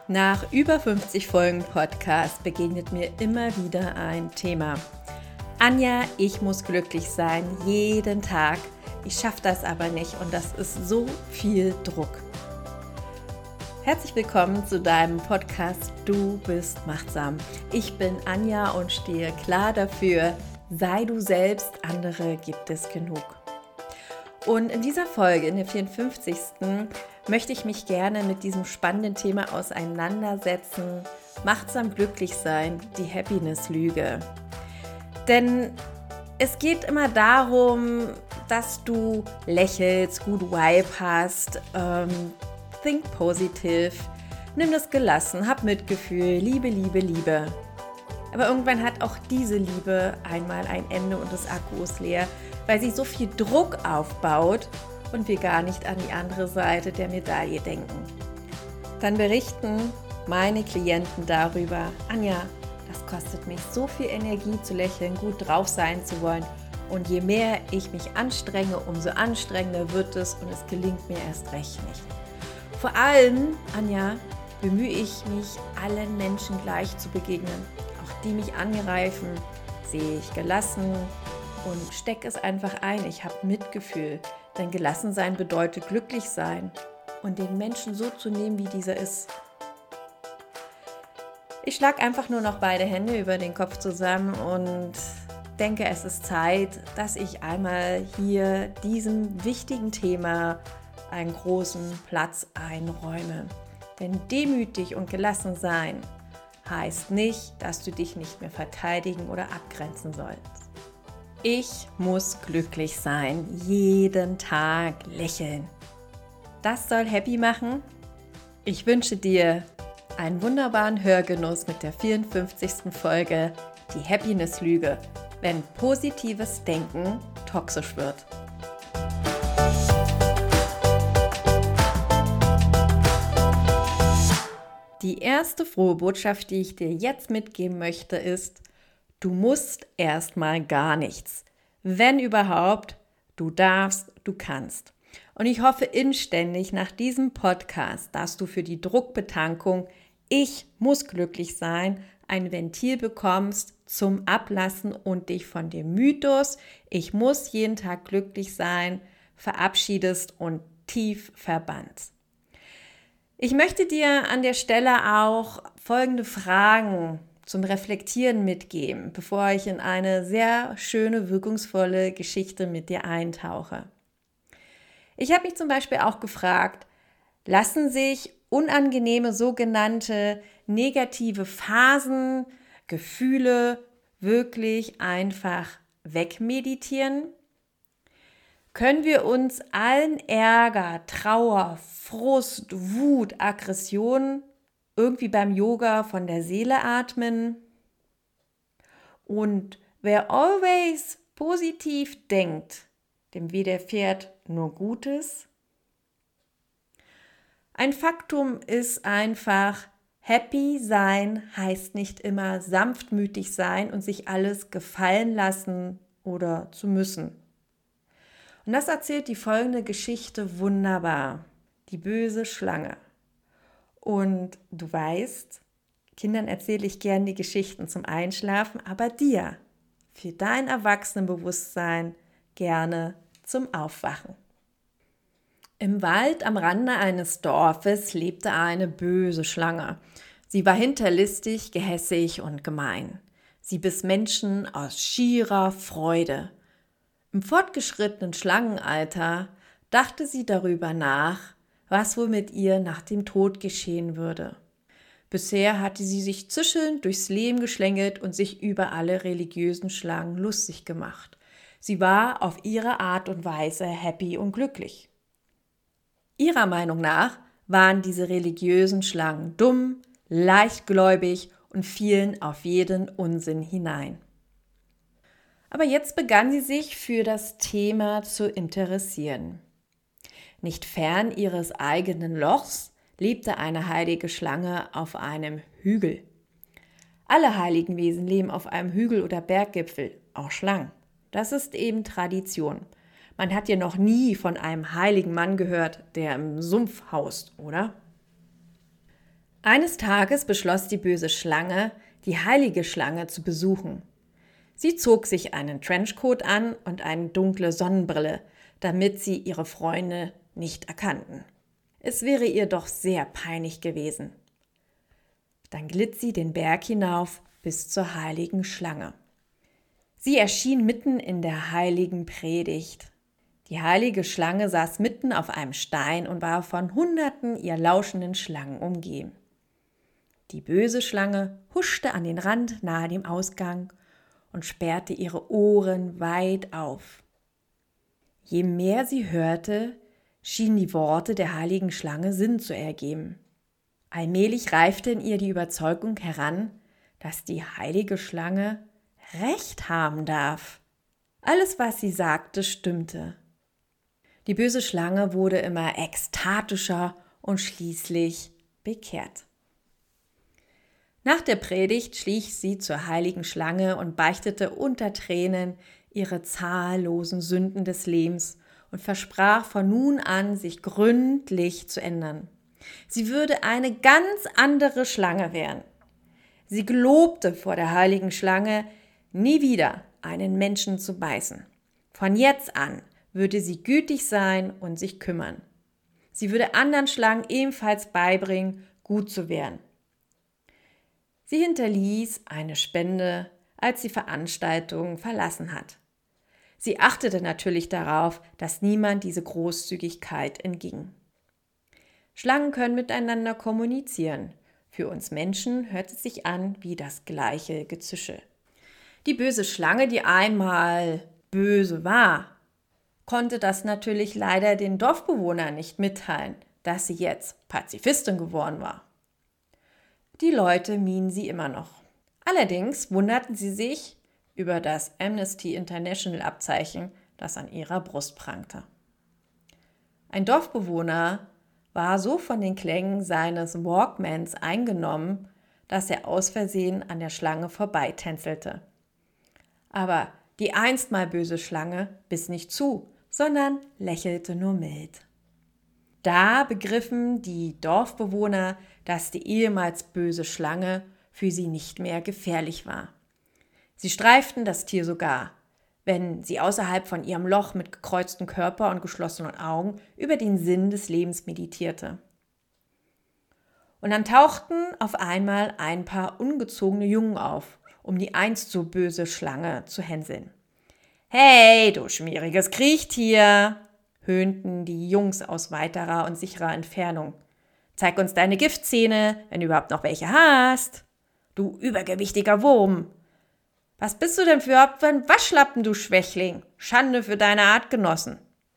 Nach über 50 Folgen Podcast begegnet mir immer wieder ein Thema. Anja, ich muss glücklich sein, jeden Tag. Ich schaffe das aber nicht und das ist so viel Druck. Herzlich willkommen zu deinem Podcast Du bist machtsam. Ich bin Anja und stehe klar dafür, sei du selbst, andere gibt es genug. Und in dieser Folge, in der 54. möchte ich mich gerne mit diesem spannenden Thema auseinandersetzen. Machtsam glücklich sein, die Happiness-Lüge. Denn es geht immer darum, dass du lächelst, gut Vibe hast, think positive, nimm das gelassen, hab Mitgefühl, Liebe, Liebe, Liebe. Aber irgendwann hat auch diese Liebe einmal ein Ende und das Akku ist leer, weil sie so viel Druck aufbaut und wir gar nicht an die andere Seite der Medaille denken. Dann berichten meine Klienten darüber, Anja, das kostet mich so viel Energie zu lächeln, gut drauf sein zu wollen und je mehr ich mich anstrenge, umso anstrengender wird es und es gelingt mir erst recht nicht. Vor allem, Anja, bemühe ich mich, allen Menschen gleich zu begegnen. Auch die mich angreifen, sehe ich gelassen und stecke es einfach ein. Ich habe Mitgefühl, denn gelassen sein bedeutet glücklich sein und den Menschen so zu nehmen, wie dieser ist. Ich schlage einfach nur noch beide Hände über den Kopf zusammen und denke, es ist Zeit, dass ich einmal hier diesem wichtigen Thema einen großen Platz einräume. Denn demütig und gelassen sein heißt nicht, dass du dich nicht mehr verteidigen oder abgrenzen sollst. Ich muss glücklich sein, jeden Tag lächeln. Das soll happy machen? Ich wünsche dir einen wunderbaren Hörgenuss mit der 54. Folge Die Happiness-Lüge, wenn positives Denken toxisch wird. Die erste frohe Botschaft, die ich dir jetzt mitgeben möchte, ist, du musst erstmal gar nichts. Wenn überhaupt, du darfst, du kannst. Und ich hoffe inständig nach diesem Podcast, dass du für die Druckbetankung Ich muss glücklich sein, ein Ventil bekommst zum Ablassen und dich von dem Mythos Ich muss jeden Tag glücklich sein verabschiedest und tief verbannst. Ich möchte dir an der Stelle auch folgende Fragen zum Reflektieren mitgeben, bevor ich in eine sehr schöne, wirkungsvolle Geschichte mit dir eintauche. Ich habe mich zum Beispiel auch gefragt, lassen sich unangenehme sogenannte negative Phasen, Gefühle wirklich einfach wegmeditieren? Können wir uns allen Ärger, Trauer, Frust, Wut, Aggression irgendwie beim Yoga von der Seele atmen? Und wer always positiv denkt, dem widerfährt nur Gutes? Ein Faktum ist einfach, happy sein heißt nicht immer sanftmütig sein und sich alles gefallen lassen oder zu müssen. Und das erzählt die folgende Geschichte wunderbar. Die böse Schlange. Und du weißt, Kindern erzähle ich gern die Geschichten zum Einschlafen, aber dir, für dein Erwachsenenbewusstsein, gerne zum Aufwachen. Im Wald am Rande eines Dorfes lebte eine böse Schlange. Sie war hinterlistig, gehässig und gemein. Sie biss Menschen aus schierer Freude. Im fortgeschrittenen Schlangenalter dachte sie darüber nach, was wohl mit ihr nach dem Tod geschehen würde. Bisher hatte sie sich zischelnd durchs Leben geschlängelt und sich über alle religiösen Schlangen lustig gemacht. Sie war auf ihre Art und Weise happy und glücklich. Ihrer Meinung nach waren diese religiösen Schlangen dumm, leichtgläubig und fielen auf jeden Unsinn hinein. Aber jetzt begann sie sich für das Thema zu interessieren. Nicht fern ihres eigenen Lochs lebte eine heilige Schlange auf einem Hügel. Alle heiligen Wesen leben auf einem Hügel oder Berggipfel, auch Schlangen. Das ist eben Tradition. Man hat ja noch nie von einem heiligen Mann gehört, der im Sumpf haust, oder? Eines Tages beschloss die böse Schlange, die heilige Schlange zu besuchen. Sie zog sich einen Trenchcoat an und eine dunkle Sonnenbrille, damit sie ihre Freunde nicht erkannten. Es wäre ihr doch sehr peinlich gewesen. Dann glitt sie den Berg hinauf bis zur heiligen Schlange. Sie erschien mitten in der heiligen Predigt. Die heilige Schlange saß mitten auf einem Stein und war von Hunderten ihr lauschenden Schlangen umgeben. Die böse Schlange huschte an den Rand nahe dem Ausgang und sperrte ihre Ohren weit auf. Je mehr sie hörte, schienen die Worte der heiligen Schlange Sinn zu ergeben. Allmählich reifte in ihr die Überzeugung heran, dass die heilige Schlange Recht haben darf. Alles, was sie sagte, stimmte. Die böse Schlange wurde immer ekstatischer und schließlich bekehrt. Nach der Predigt schlich sie zur heiligen Schlange und beichtete unter Tränen ihre zahllosen Sünden des Lebens und versprach von nun an, sich gründlich zu ändern. Sie würde eine ganz andere Schlange werden. Sie gelobte vor der heiligen Schlange, nie wieder einen Menschen zu beißen. Von jetzt an würde sie gütig sein und sich kümmern. Sie würde anderen Schlangen ebenfalls beibringen, gut zu werden. Sie hinterließ eine Spende, als die Veranstaltung verlassen hat. Sie achtete natürlich darauf, dass niemand diese Großzügigkeit entging. Schlangen können miteinander kommunizieren. Für uns Menschen hört es sich an wie das gleiche Gezische. Die böse Schlange, die einmal böse war, konnte das natürlich leider den Dorfbewohnern nicht mitteilen, dass sie jetzt Pazifistin geworden war. Die Leute mieden sie immer noch. Allerdings wunderten sie sich über das Amnesty International Abzeichen, das an ihrer Brust prangte. Ein Dorfbewohner war so von den Klängen seines Walkmans eingenommen, dass er aus Versehen an der Schlange vorbeitänzelte. Aber die einstmal böse Schlange biss nicht zu, sondern lächelte nur mild. Da begriffen die Dorfbewohner, dass die ehemals böse Schlange für sie nicht mehr gefährlich war. Sie streiften das Tier sogar, wenn sie außerhalb von ihrem Loch mit gekreuztem Körper und geschlossenen Augen über den Sinn des Lebens meditierte. Und dann tauchten auf einmal ein paar ungezogene Jungen auf, um die einst so böse Schlange zu hänseln. »Hey, du schmieriges Kriechtier«, höhnten die Jungs aus weiterer und sicherer Entfernung. »Zeig uns deine Giftzähne, wenn du überhaupt noch welche hast. Du übergewichtiger Wurm. Was bist du denn für ein Waschlappen, du Schwächling? Schande für deine Artgenossen.«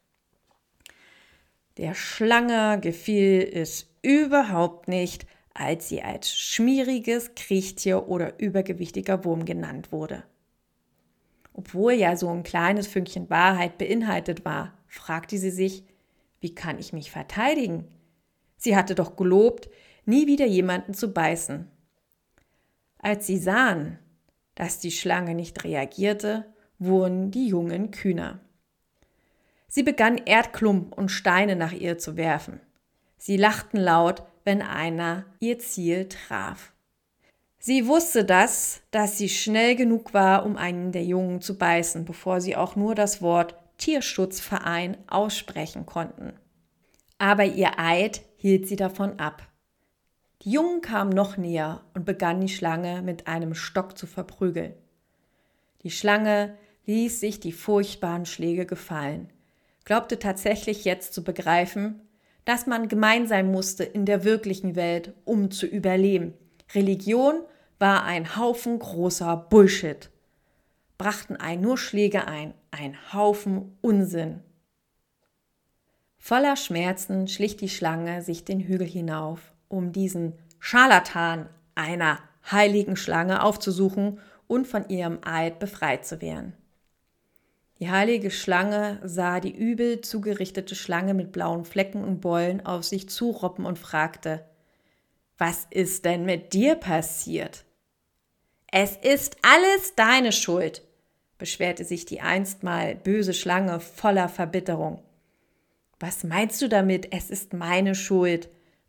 Der Schlange gefiel es überhaupt nicht, als sie als schmieriges Kriechtier oder übergewichtiger Wurm genannt wurde. Obwohl ja so ein kleines Fünkchen Wahrheit beinhaltet war, fragte sie sich, wie kann ich mich verteidigen? Sie hatte doch gelobt, nie wieder jemanden zu beißen. Als sie sahen, dass die Schlange nicht reagierte, wurden die Jungen kühner. Sie begann Erdklumpen und Steine nach ihr zu werfen. Sie lachten laut, wenn einer ihr Ziel traf. Sie wusste dass sie schnell genug war, um einen der Jungen zu beißen, bevor sie auch nur das Wort Tierschutzverein aussprechen konnten. Aber ihr Eid hielt sie davon ab. Die Jungen kamen noch näher und begannen die Schlange mit einem Stock zu verprügeln. Die Schlange ließ sich die furchtbaren Schläge gefallen, glaubte tatsächlich jetzt zu begreifen, dass man gemein sein musste in der wirklichen Welt, um zu überleben. Religion war ein Haufen großer Bullshit. Brachten einen nur Schläge ein Haufen Unsinn. Voller Schmerzen schlich die Schlange sich den Hügel hinauf, um diesen Scharlatan einer heiligen Schlange aufzusuchen und von ihrem Eid befreit zu werden. Die heilige Schlange sah die übel zugerichtete Schlange mit blauen Flecken und Beulen auf sich zuroppen und fragte: »Was ist denn mit dir passiert?« »Es ist alles deine Schuld«, beschwerte sich die einstmal böse Schlange voller Verbitterung. »Was meinst du damit, es ist meine Schuld?«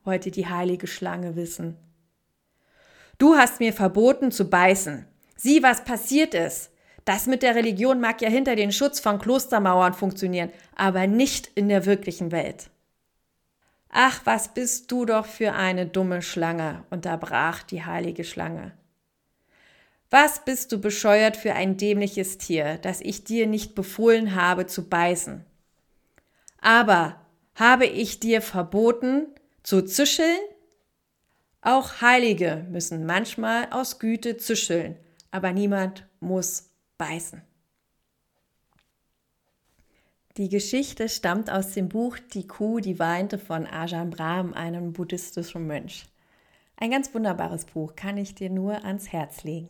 wollte die heilige Schlange wissen. Du hast mir verboten zu beißen. Sieh, was passiert ist. Das mit der Religion mag ja hinter den Schutz von Klostermauern funktionieren, aber nicht in der wirklichen Welt. Ach, was bist du doch für eine dumme Schlange, unterbrach die heilige Schlange. Was bist du bescheuert für ein dämliches Tier, das ich dir nicht befohlen habe zu beißen? Aber habe ich dir verboten zu zischeln? Auch Heilige müssen manchmal aus Güte zischeln, aber niemand muss beißen. Die Geschichte stammt aus dem Buch Die Kuh, die weinte von Ajahn Brahm, einem buddhistischen Mönch. Ein ganz wunderbares Buch, kann ich dir nur ans Herz legen.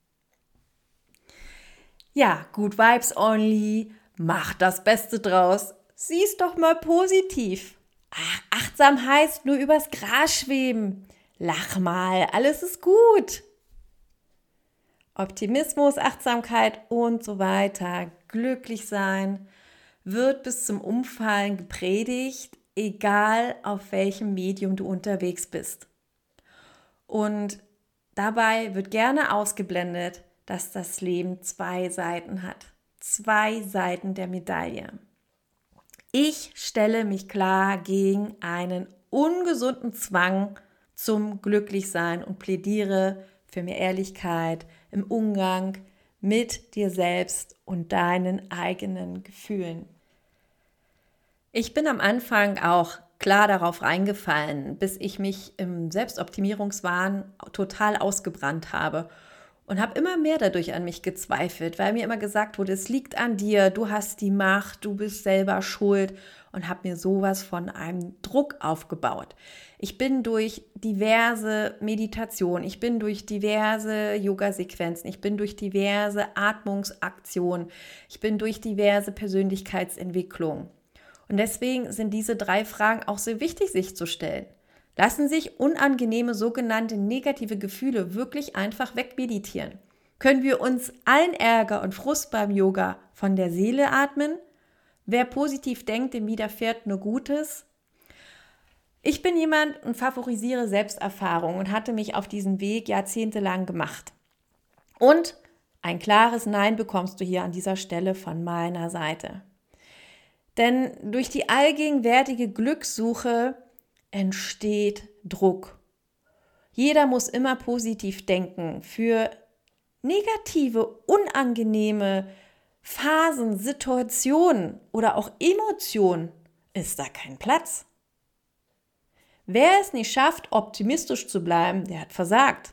Ja, good vibes only, mach das Beste draus, sieh's doch mal positiv. Achtsam heißt nur übers Gras schweben. Lach mal, alles ist gut. Optimismus, Achtsamkeit und so weiter, glücklich sein, wird bis zum Umfallen gepredigt, egal auf welchem Medium du unterwegs bist. Und dabei wird gerne ausgeblendet, dass das Leben 2 Seiten hat. 2 Seiten der Medaille. Ich stelle mich klar gegen einen ungesunden Zwang zum Glücklichsein und plädiere für mehr Ehrlichkeit im Umgang mit dir selbst und deinen eigenen Gefühlen. Ich bin am Anfang auch klar darauf reingefallen, bis ich mich im Selbstoptimierungswahn total ausgebrannt habe und habe immer mehr dadurch an mich gezweifelt, weil mir immer gesagt wurde, es liegt an dir, du hast die Macht, du bist selber schuld und habe mir sowas von einem Druck aufgebaut. Ich bin durch diverse Meditationen, ich bin durch diverse Yoga-Sequenzen, ich bin durch diverse Atmungsaktionen, ich bin durch diverse Persönlichkeitsentwicklungen. Und deswegen sind diese 3 Fragen auch so wichtig, sich zu stellen. Lassen sich unangenehme sogenannte negative Gefühle wirklich einfach wegmeditieren? Können wir uns allen Ärger und Frust beim Yoga von der Seele atmen? Wer positiv denkt, dem widerfährt nur Gutes. Ich bin jemand und favorisiere Selbsterfahrung und hatte mich auf diesen Weg jahrzehntelang gemacht. Und ein klares Nein bekommst du hier an dieser Stelle von meiner Seite. Denn durch die allgegenwärtige Glückssuche entsteht Druck. Jeder muss immer positiv denken. Für negative, unangenehme Phasen, Situationen oder auch Emotionen ist da kein Platz. Wer es nicht schafft, optimistisch zu bleiben, der hat versagt.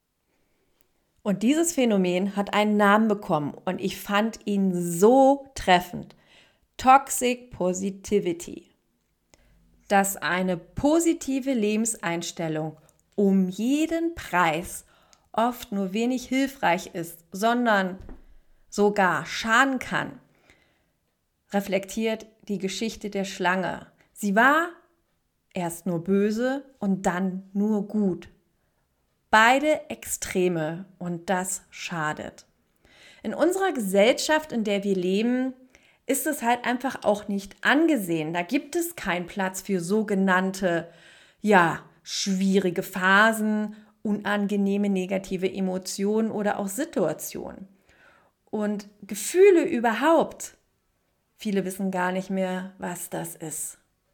Und dieses Phänomen hat einen Namen bekommen und ich fand ihn so treffend. Toxic Positivity. Dass eine positive Lebenseinstellung um jeden Preis oft nur wenig hilfreich ist, sondern sogar schaden kann, reflektiert die Geschichte der Schlange. Sie war erst nur böse und dann nur gut. Beide Extreme und das schadet. In unserer Gesellschaft, in der wir leben, ist es halt einfach auch nicht angesehen. Da gibt es keinen Platz für sogenannte, schwierige Phasen, unangenehme negative Emotionen oder auch Situationen. Und Gefühle überhaupt, viele wissen gar nicht mehr, was das ist.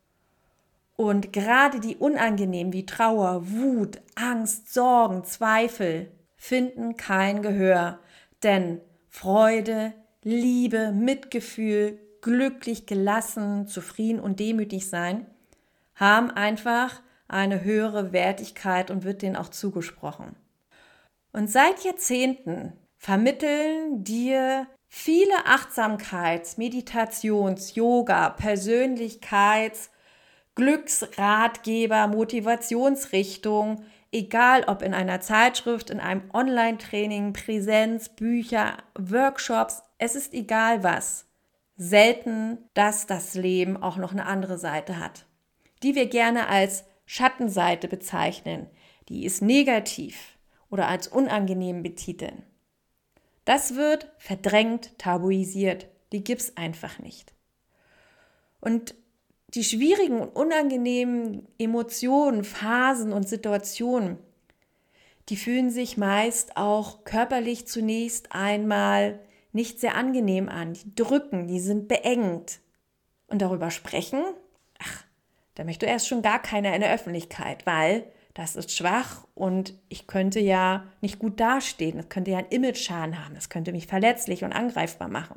Und gerade die unangenehmen wie Trauer, Wut, Angst, Sorgen, Zweifel finden kein Gehör, denn Freude, Liebe, Mitgefühl, glücklich, gelassen, zufrieden und demütig sein, haben einfach eine höhere Wertigkeit und wird denen auch zugesprochen. Und seit Jahrzehnten vermitteln dir viele Achtsamkeits-, Meditations-, Yoga-, Persönlichkeits-, Glücksratgeber, Motivationsrichtung, egal ob in einer Zeitschrift, in einem Online-Training, Präsenz, Bücher, Workshops, es ist egal was. Selten, dass das Leben auch noch eine andere Seite hat, die wir gerne als Schattenseite bezeichnen, die ist negativ oder als unangenehm betiteln. Das wird verdrängt, tabuisiert, die gibt's einfach nicht. Und die schwierigen und unangenehmen Emotionen, Phasen und Situationen, die fühlen sich meist auch körperlich zunächst einmal nicht sehr angenehm an. Die drücken, die sind beengend. Und darüber sprechen, da möchte erst schon gar keiner in der Öffentlichkeit, weil das ist schwach und ich könnte ja nicht gut dastehen. Das könnte ja einen Image-Schaden haben. Das könnte mich verletzlich und angreifbar machen.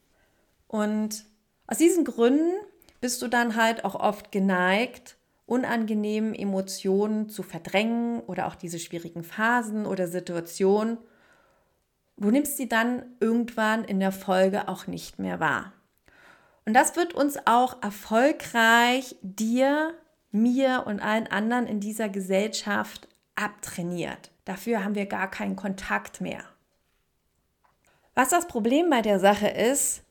Und aus diesen Gründen bist du dann halt auch oft geneigt, unangenehmen Emotionen zu verdrängen oder auch diese schwierigen Phasen oder Situationen. Du nimmst sie dann irgendwann in der Folge auch nicht mehr wahr. Und das wird uns auch erfolgreich dir, mir und allen anderen in dieser Gesellschaft abtrainiert. Dafür haben wir gar keinen Kontakt mehr. Was das Problem bei der Sache ist,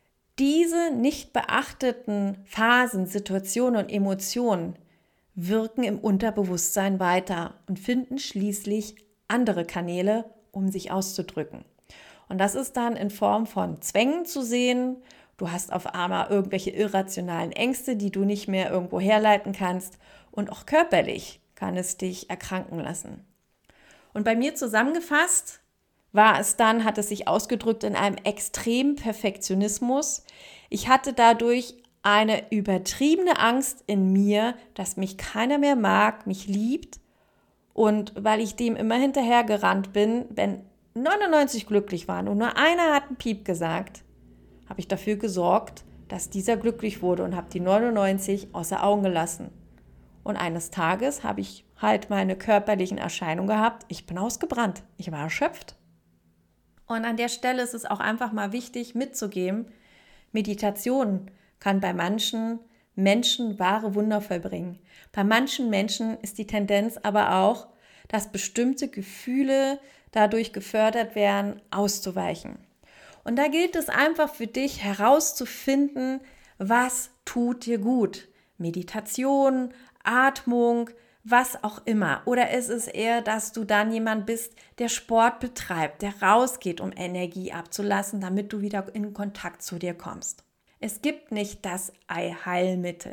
diese nicht beachteten Phasen, Situationen und Emotionen wirken im Unterbewusstsein weiter und finden schließlich andere Kanäle, um sich auszudrücken. Und das ist dann in Form von Zwängen zu sehen. Du hast auf einmal irgendwelche irrationalen Ängste, die du nicht mehr irgendwo herleiten kannst. Und auch körperlich kann es dich erkranken lassen. Und bei mir zusammengefasst hat es sich ausgedrückt in einem extremen Perfektionismus. Ich hatte dadurch eine übertriebene Angst in mir, dass mich keiner mehr mag, mich liebt. Und weil ich dem immer hinterhergerannt bin, wenn 99 glücklich waren und nur einer hat einen Piep gesagt, habe ich dafür gesorgt, dass dieser glücklich wurde und habe die 99 außer Augen gelassen. Und eines Tages habe ich halt meine körperlichen Erscheinungen gehabt. Ich bin ausgebrannt. Ich war erschöpft. Und an der Stelle ist es auch einfach mal wichtig mitzugeben, Meditation kann bei manchen Menschen wahre Wunder vollbringen. Bei manchen Menschen ist die Tendenz aber auch, dass bestimmte Gefühle dadurch gefördert werden, auszuweichen. Und da gilt es einfach für dich herauszufinden, was tut dir gut. Meditation, Atmung, was auch immer. Oder ist es eher, dass du dann jemand bist, der Sport betreibt, der rausgeht, um Energie abzulassen, damit du wieder in Kontakt zu dir kommst. Es gibt nicht das Allheilmittel.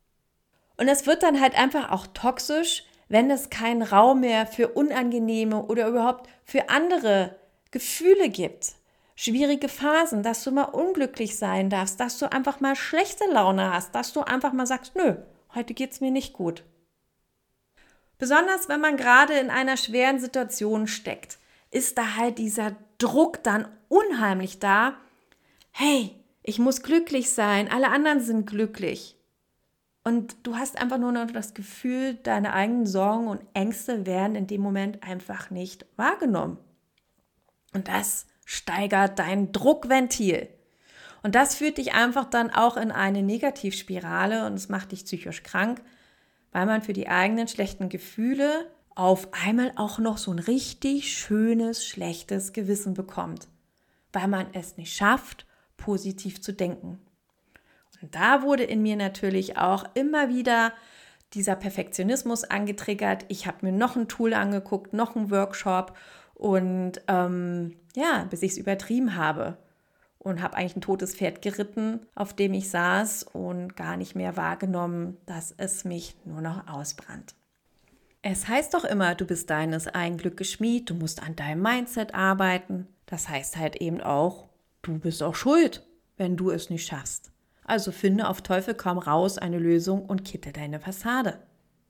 Und es wird dann halt einfach auch toxisch, wenn es keinen Raum mehr für unangenehme oder überhaupt für andere Gefühle gibt. Schwierige Phasen, dass du mal unglücklich sein darfst, dass du einfach mal schlechte Laune hast, dass du einfach mal sagst, nö, heute geht's mir nicht gut. Besonders wenn man gerade in einer schweren Situation steckt, ist da halt dieser Druck dann unheimlich da. Hey, ich muss glücklich sein, alle anderen sind glücklich. Und du hast einfach nur noch das Gefühl, deine eigenen Sorgen und Ängste werden in dem Moment einfach nicht wahrgenommen. Und das steigert dein Druckventil. Und das führt dich einfach dann auch in eine Negativspirale und es macht dich psychisch krank, weil man für die eigenen schlechten Gefühle auf einmal auch noch so ein richtig schönes, schlechtes Gewissen bekommt, weil man es nicht schafft, positiv zu denken. Und da wurde in mir natürlich auch immer wieder dieser Perfektionismus angetriggert. Ich habe mir noch ein Tool angeguckt, noch einen Workshop und bis ich es übertrieben habe. Und habe eigentlich ein totes Pferd geritten, auf dem ich saß und gar nicht mehr wahrgenommen, dass es mich nur noch ausbrannt. Es heißt doch immer, du bist deines eigenen Glückes Schmied, du musst an deinem Mindset arbeiten. Das heißt halt eben auch, du bist auch schuld, wenn du es nicht schaffst. Also finde auf Teufel komm raus eine Lösung und kitte deine Fassade.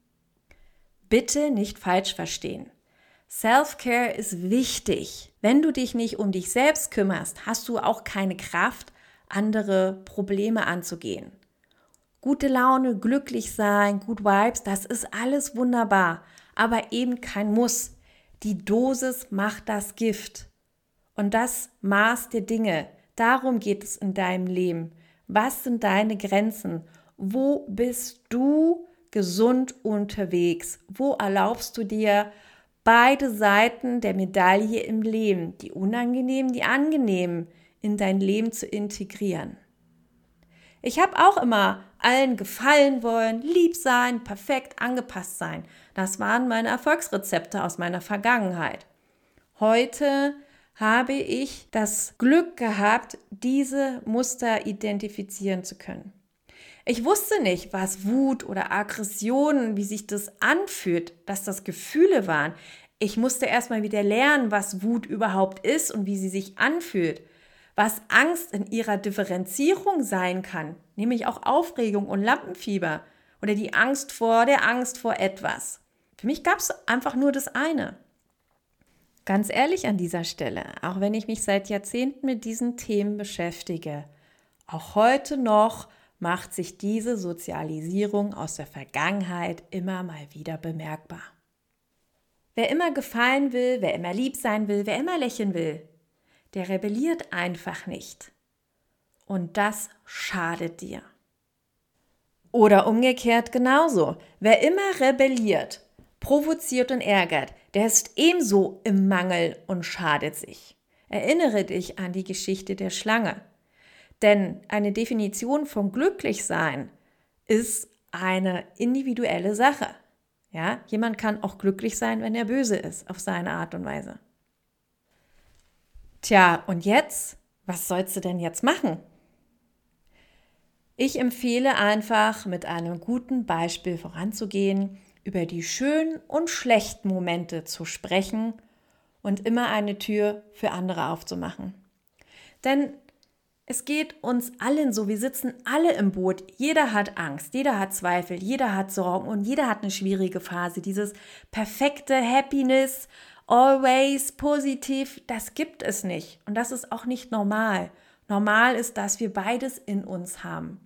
Bitte nicht falsch verstehen. Self-Care ist wichtig. Wenn du dich nicht um dich selbst kümmerst, hast du auch keine Kraft, andere Probleme anzugehen. Gute Laune, glücklich sein, Good Vibes, das ist alles wunderbar, aber eben kein Muss. Die Dosis macht das Gift. Und das Maß der Dinge, darum geht es in deinem Leben. Was sind deine Grenzen? Wo bist du gesund unterwegs? Wo erlaubst du dir beide Seiten der Medaille im Leben, die unangenehmen, die angenehmen, in dein Leben zu integrieren? Ich habe auch immer allen gefallen wollen, lieb sein, perfekt angepasst sein. Das waren meine Erfolgsrezepte aus meiner Vergangenheit. Heute habe ich das Glück gehabt, diese Muster identifizieren zu können. Ich wusste nicht, was Wut oder Aggression, wie sich das anfühlt, dass das Gefühle waren. Ich musste erstmal wieder lernen, was Wut überhaupt ist und wie sie sich anfühlt. Was Angst in ihrer Differenzierung sein kann, nämlich auch Aufregung und Lampenfieber oder die Angst vor der Angst vor etwas. Für mich gab es einfach nur das eine. Ganz ehrlich an dieser Stelle, auch wenn ich mich seit Jahrzehnten mit diesen Themen beschäftige, auch heute noch macht sich diese Sozialisierung aus der Vergangenheit immer mal wieder bemerkbar. Wer immer gefallen will, wer immer lieb sein will, wer immer lächeln will, der rebelliert einfach nicht. Und das schadet dir. Oder umgekehrt genauso. Wer immer rebelliert, provoziert und ärgert, der ist ebenso im Mangel und schadet sich. Erinnere dich an die Geschichte der Schlange. Denn eine Definition von Glücklichsein ist eine individuelle Sache. Ja? Jemand kann auch glücklich sein, wenn er böse ist, auf seine Art und Weise. Tja, und jetzt? Was sollst du denn jetzt machen? Ich empfehle einfach, mit einem guten Beispiel voranzugehen, über die schönen und schlechten Momente zu sprechen und immer eine Tür für andere aufzumachen. Denn es geht uns allen so, wir sitzen alle im Boot, jeder hat Angst, jeder hat Zweifel, jeder hat Sorgen und jeder hat eine schwierige Phase. Dieses perfekte Happiness, always positiv, das gibt es nicht und das ist auch nicht normal. Normal ist, dass wir beides in uns haben.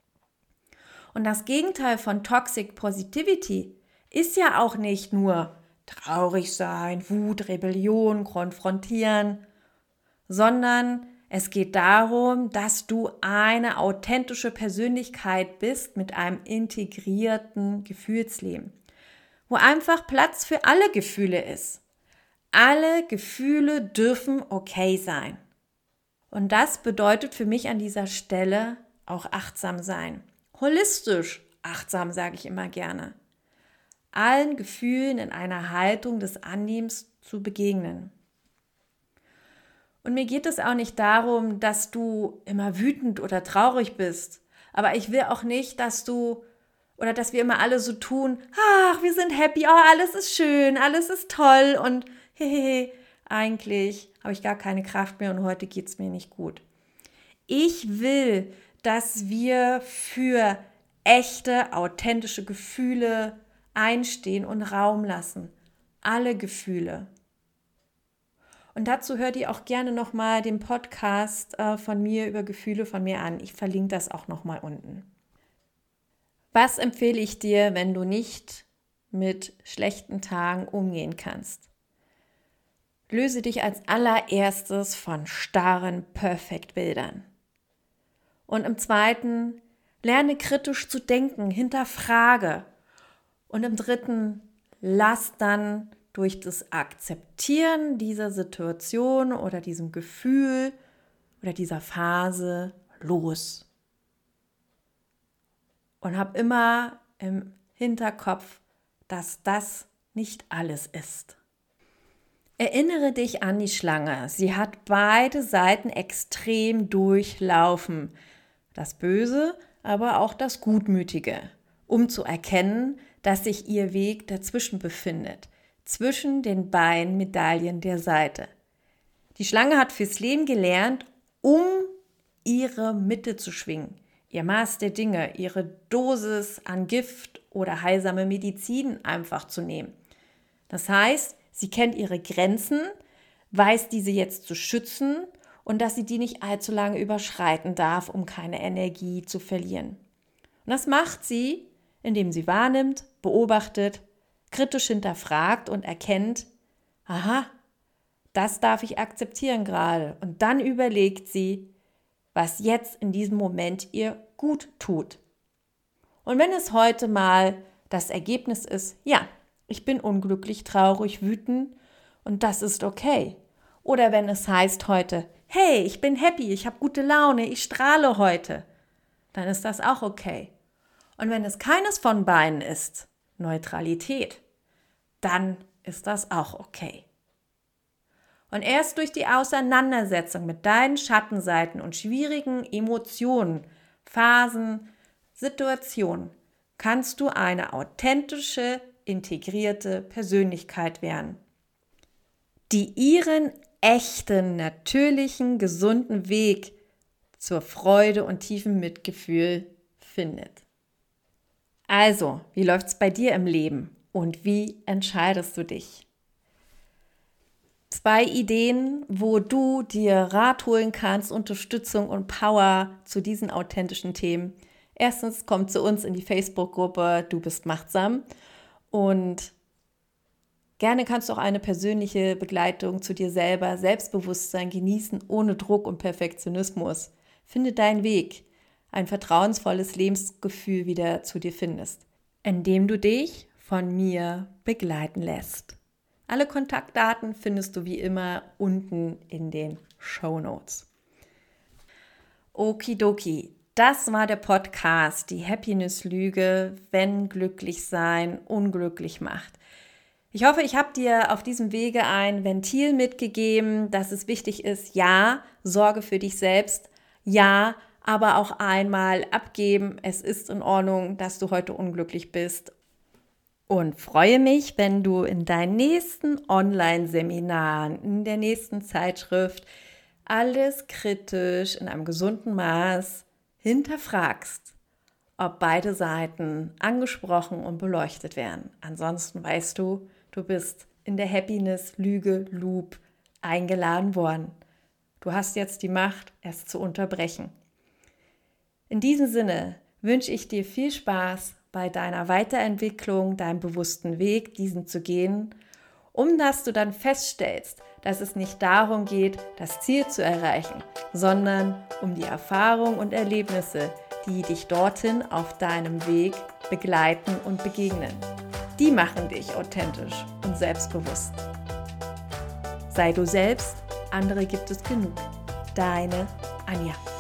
Und das Gegenteil von Toxic Positivity ist ja auch nicht nur traurig sein, Wut, Rebellion, konfrontieren, sondern es geht darum, dass du eine authentische Persönlichkeit bist mit einem integrierten Gefühlsleben, wo einfach Platz für alle Gefühle ist. Alle Gefühle dürfen okay sein. Und das bedeutet für mich an dieser Stelle auch achtsam sein. Holistisch achtsam, sage ich immer gerne. Allen Gefühlen in einer Haltung des Annehmens zu begegnen. Und mir geht es auch nicht darum, dass du immer wütend oder traurig bist. Aber ich will auch nicht, dass wir immer alle so tun, ach, wir sind happy, oh, alles ist schön, alles ist toll und hehehe, eigentlich habe ich gar keine Kraft mehr und heute geht es mir nicht gut. Ich will, dass wir für echte, authentische Gefühle einstehen und Raum lassen. Alle Gefühle. Und dazu hört ihr auch gerne nochmal den Podcast von mir über Gefühle von mir an. Ich verlinke das auch nochmal unten. Was empfehle ich dir, wenn du nicht mit schlechten Tagen umgehen kannst? Löse dich als allererstes von starren Perfect-Bildern. Und im zweiten, lerne kritisch zu denken, hinterfrage. Und im dritten, lass dann durch das Akzeptieren dieser Situation oder diesem Gefühl oder dieser Phase los. Und hab immer im Hinterkopf, dass das nicht alles ist. Erinnere dich an die Schlange. Sie hat beide Seiten extrem durchlaufen. Das Böse, aber auch das Gutmütige, um zu erkennen, dass sich ihr Weg dazwischen befindet, zwischen den beiden Medaillen der Seite. Die Schlange hat fürs Leben gelernt, um ihre Mitte zu schwingen, ihr Maß der Dinge, ihre Dosis an Gift oder heilsame Medizin einfach zu nehmen. Das heißt, sie kennt ihre Grenzen, weiß diese jetzt zu schützen und dass sie die nicht allzu lange überschreiten darf, um keine Energie zu verlieren. Und das macht sie, indem sie wahrnimmt, beobachtet, kritisch hinterfragt und erkennt, aha, das darf ich akzeptieren gerade. Und dann überlegt sie, was jetzt in diesem Moment ihr gut tut. Und wenn es heute mal das Ergebnis ist, ja, ich bin unglücklich, traurig, wütend und das ist okay. Oder wenn es heißt heute, hey, ich bin happy, ich habe gute Laune, ich strahle heute, dann ist das auch okay. Und wenn es keines von beiden ist, Neutralität, dann ist das auch okay. Und erst durch die Auseinandersetzung mit deinen Schattenseiten und schwierigen Emotionen, Phasen, Situation kannst du eine authentische, integrierte Persönlichkeit werden, die ihren echten, natürlichen, gesunden Weg zur Freude und tiefem Mitgefühl findet. Also, wie läuft's bei dir im Leben und wie entscheidest du dich? 2 Ideen, wo du dir Rat holen kannst, Unterstützung und Power zu diesen authentischen Themen. Erstens, komm zu uns in die Facebook-Gruppe Du bist machtsam und gerne kannst du auch eine persönliche Begleitung zu dir selber, Selbstbewusstsein genießen, ohne Druck und Perfektionismus. Finde deinen Weg, ein vertrauensvolles Lebensgefühl wieder zu dir findest, indem du dich von mir begleiten lässt. Alle Kontaktdaten findest du wie immer unten in den Shownotes. Okidoki, das war der Podcast, die Happiness-Lüge, wenn Glücklichsein unglücklich macht. Ich hoffe, ich habe dir auf diesem Wege ein Ventil mitgegeben, dass es wichtig ist, ja, sorge für dich selbst, ja, aber auch einmal abgeben, es ist in Ordnung, dass du heute unglücklich bist. Und freue mich, wenn du in deinen nächsten Online-Seminaren, in der nächsten Zeitschrift alles kritisch in einem gesunden Maß hinterfragst, ob beide Seiten angesprochen und beleuchtet werden. Ansonsten weißt du, du bist in der Happiness-Lüge-Loop eingeladen worden. Du hast jetzt die Macht, es zu unterbrechen. In diesem Sinne wünsche ich dir viel Spaß bei deiner Weiterentwicklung, deinem bewussten Weg, diesen zu gehen, dass du dann feststellst, dass es nicht darum geht, das Ziel zu erreichen, sondern um die Erfahrungen und Erlebnisse, die dich dorthin auf deinem Weg begleiten und begegnen. Die machen dich authentisch und selbstbewusst. Sei du selbst, andere gibt es genug. Deine Anja.